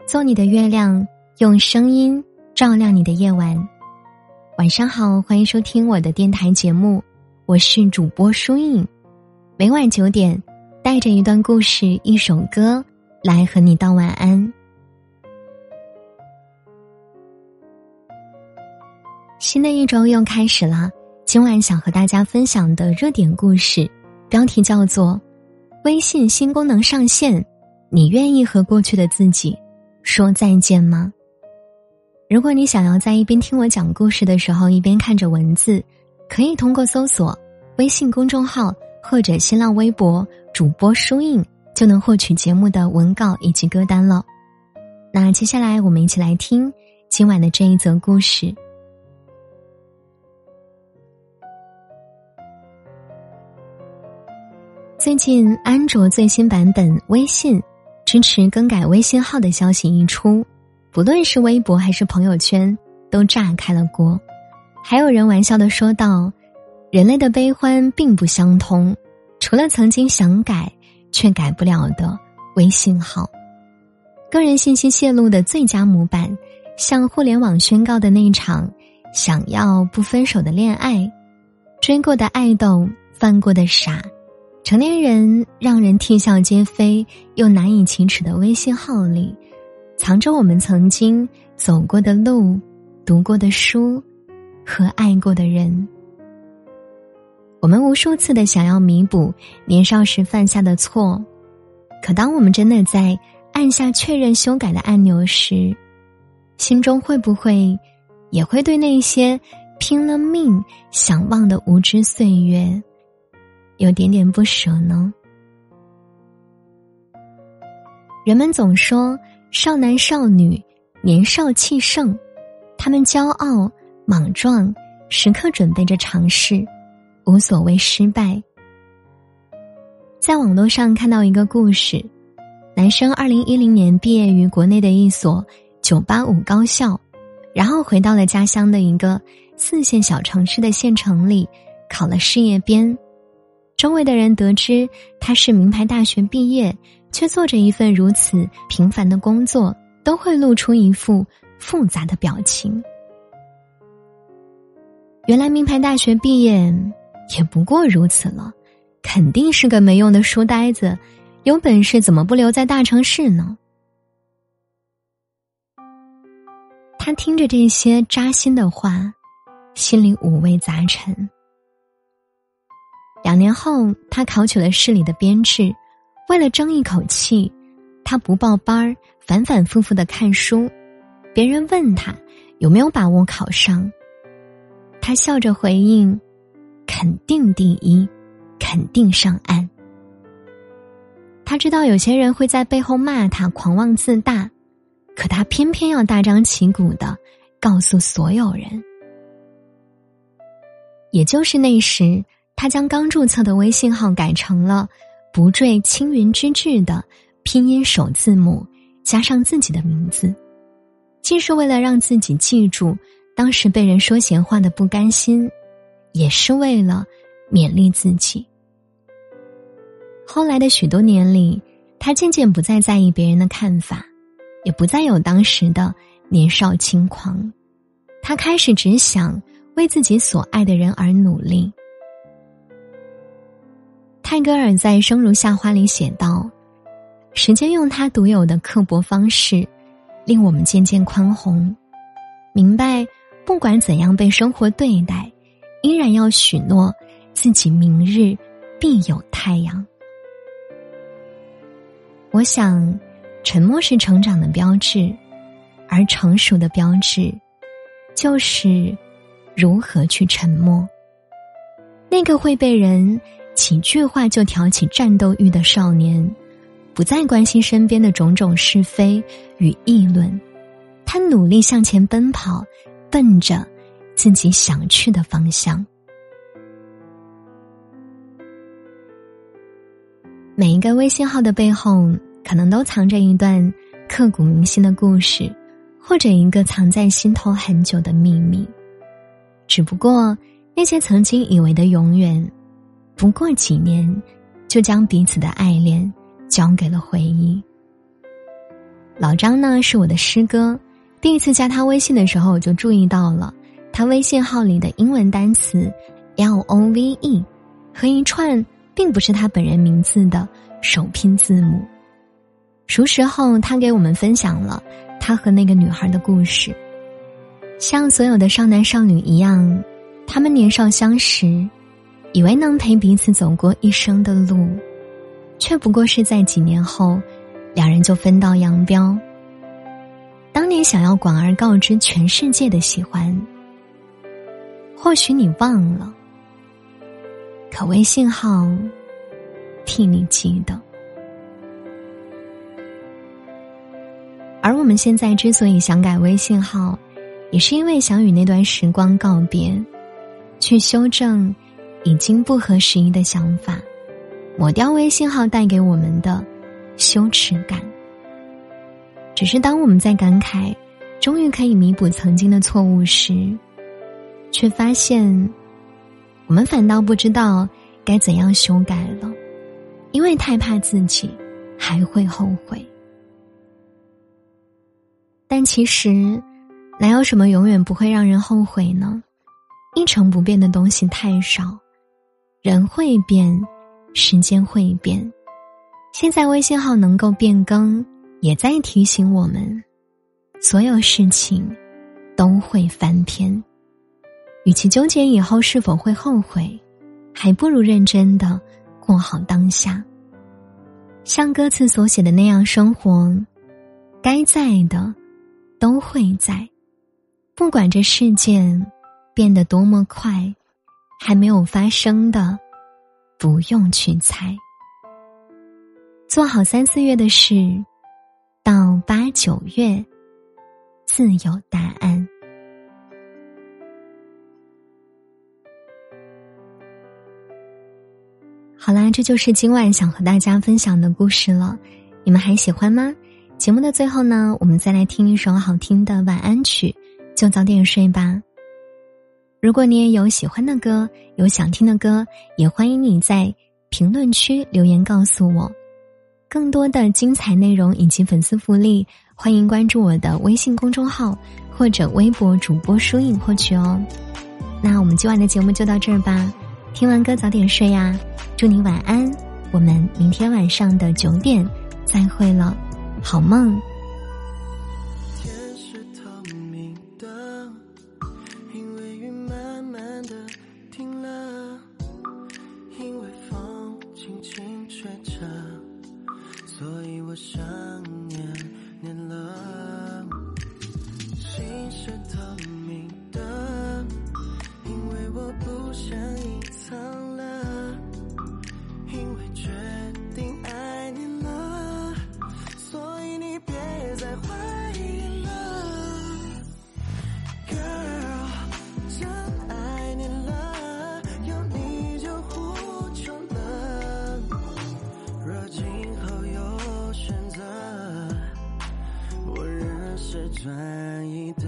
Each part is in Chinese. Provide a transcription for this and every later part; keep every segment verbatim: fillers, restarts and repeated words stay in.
做你的月亮，用声音照亮你的夜晚。晚上好，欢迎收听我的电台节目，我是主播舒影。每晚九点，带着一段故事，一首歌来和你道晚安。新的一周又开始了，今晚想和大家分享的热点故事标题叫做微信新功能上线，你愿意和过去的自己说再见吗？如果你想要在一边听我讲故事的时候一边看着文字，可以通过搜索微信公众号或者新浪微博主播舒影就能获取节目的文稿以及歌单了。那接下来我们一起来听今晚的这一则故事。最近安卓最新版本微信支持更改微信号的消息一出，不论是微博还是朋友圈都炸开了锅。还有人玩笑地说道，人类的悲欢并不相通，除了曾经想改却改不了的微信号。个人信息泄露的最佳模板，向互联网宣告的那场想要不分手的恋爱，追过的爱豆，犯过的傻，成年人让人啼笑皆非又难以启齿的微信号里，藏着我们曾经走过的路，读过的书和爱过的人。我们无数次的想要弥补年少时犯下的错，可当我们真的在按下确认修改的按钮时，心中会不会也会对那些拼了命想忘的无知岁月有点点不舍呢？人们总说少男少女年少气盛，他们骄傲莽撞，时刻准备着尝试，无所谓失败。在网络上看到一个故事，男生二零一零年毕业于国内的一所九八五高校，然后回到了家乡的一个四线小城市的县城里考了事业编。周围的人得知他是名牌大学毕业，却做着一份如此平凡的工作，都会露出一副复杂的表情。原来名牌大学毕业也不过如此了，肯定是个没用的书呆子，有本事怎么不留在大城市呢？他听着这些扎心的话，心里五味杂陈。两年后，他考取了市里的编制，为了争一口气，他不报班儿，反反复复地看书。别人问他有没有把握考上，他笑着回应，肯定第一，肯定上岸。他知道有些人会在背后骂他狂妄自大，可他偏偏要大张旗鼓地告诉所有人。也就是那时，他将刚注册的微信号改成了不坠青云之志的拼音首字母加上自己的名字，既是为了让自己记住当时被人说闲话的不甘心，也是为了勉励自己。后来的许多年里，他渐渐不再在意别人的看法，也不再有当时的年少轻狂，他开始只想为自己所爱的人而努力。泰戈尔在《生如夏花》里写道，时间用它独有的刻薄方式令我们渐渐宽宏，明白不管怎样被生活对待，依然要许诺自己明日必有太阳。我想沉默是成长的标志，而成熟的标志就是如何去沉默。那个会被人几句话就挑起战斗欲的少年，不再关心身边的种种是非与议论，他努力向前奔跑，奔着自己想去的方向。每一个微信号的背后，可能都藏着一段刻骨铭心的故事，或者一个藏在心头很久的秘密。只不过那些曾经以为的永远，不过几年就将彼此的爱恋交给了回忆。 老张呢是我的师哥，第一次加他微信的时候我就注意到了他微信号里的英文单词 L O V E 和一串并不是他本人名字的首拼字母。熟识后，他给我们分享了他和那个女孩的故事。像所有的少男少女一样，他们年少相识，以为能陪彼此走过一生的路，却不过是在几年后两人就分道扬镳。当年想要广而告之全世界的喜欢，或许你忘了，可微信号替你记得。而我们现在之所以想改微信号，也是因为想与那段时光告别，去修正已经不合时宜的想法，抹掉微信号带给我们的羞耻感。只是当我们在感慨终于可以弥补曾经的错误时，却发现我们反倒不知道该怎样修改了，因为太怕自己还会后悔。但其实哪有什么永远不会让人后悔呢？一成不变的东西太少，人会变，时间会变。现在微信号能够变更，也在提醒我们，所有事情都会翻篇。与其纠结以后是否会后悔，还不如认真的过好当下。像歌词所写的那样生活，该在的都会在，不管这事件变得多么快，还没有发生的不用去猜。做好三四月的事，到八九月自有答案。好啦，这就是今晚想和大家分享的故事了，你们还喜欢吗？节目的最后呢，我们再来听一首好听的晚安曲，就早点睡吧。如果你也有喜欢的歌，有想听的歌，也欢迎你在评论区留言告诉我。更多的精彩内容以及粉丝福利，欢迎关注我的微信公众号或者微博主播书影获取哦。那我们今晚的节目就到这儿吧，听完歌早点睡呀，祝你晚安，我们明天晚上的九点再会了，好梦。 天是透明的，因为雨慢慢的停了，因为风轻轻吹着，所以我想念念了。心是透明的，因为我不想隐藏了，因为决定爱你了，所以你别再怀疑了。 Girl， 真爱你了，有你就无穷了，若今后有选择，我仍是专一的。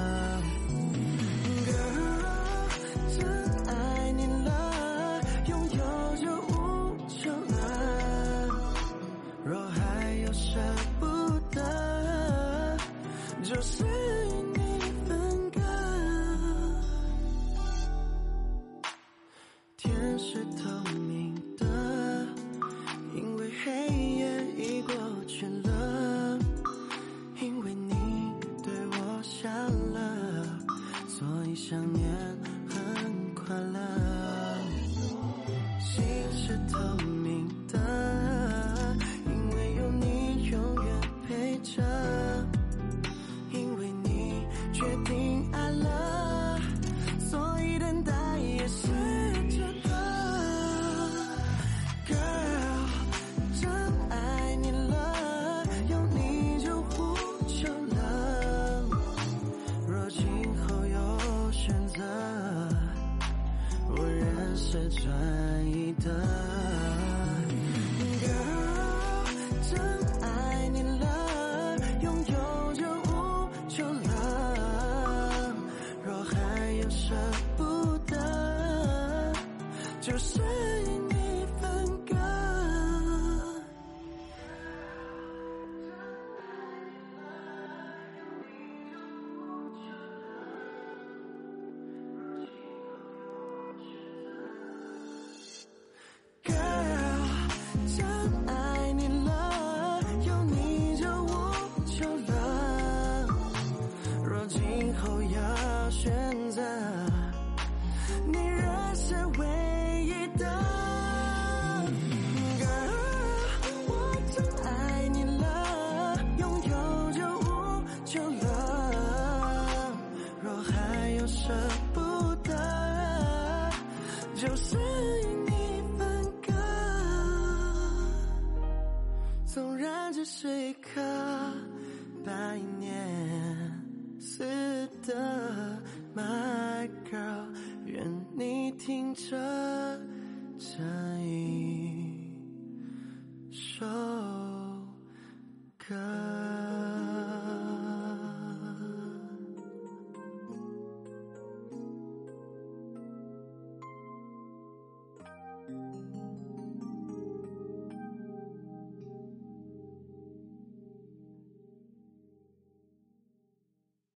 Girl， 真爱你了，拥有就无穷了，若还有舍不得，就是与你分割。天是透明的，因为黑夜已过去了，因为你对我笑了，所以想念很快乐。心是透明的，因为有你永远陪着，因为你决定爱了，所以等待也是值得。 Girl， 真爱你了，有你就无穷了，若今后有选择，我仍是专一的。 纵然只是一颗百年似的 My girl， 愿你听着这一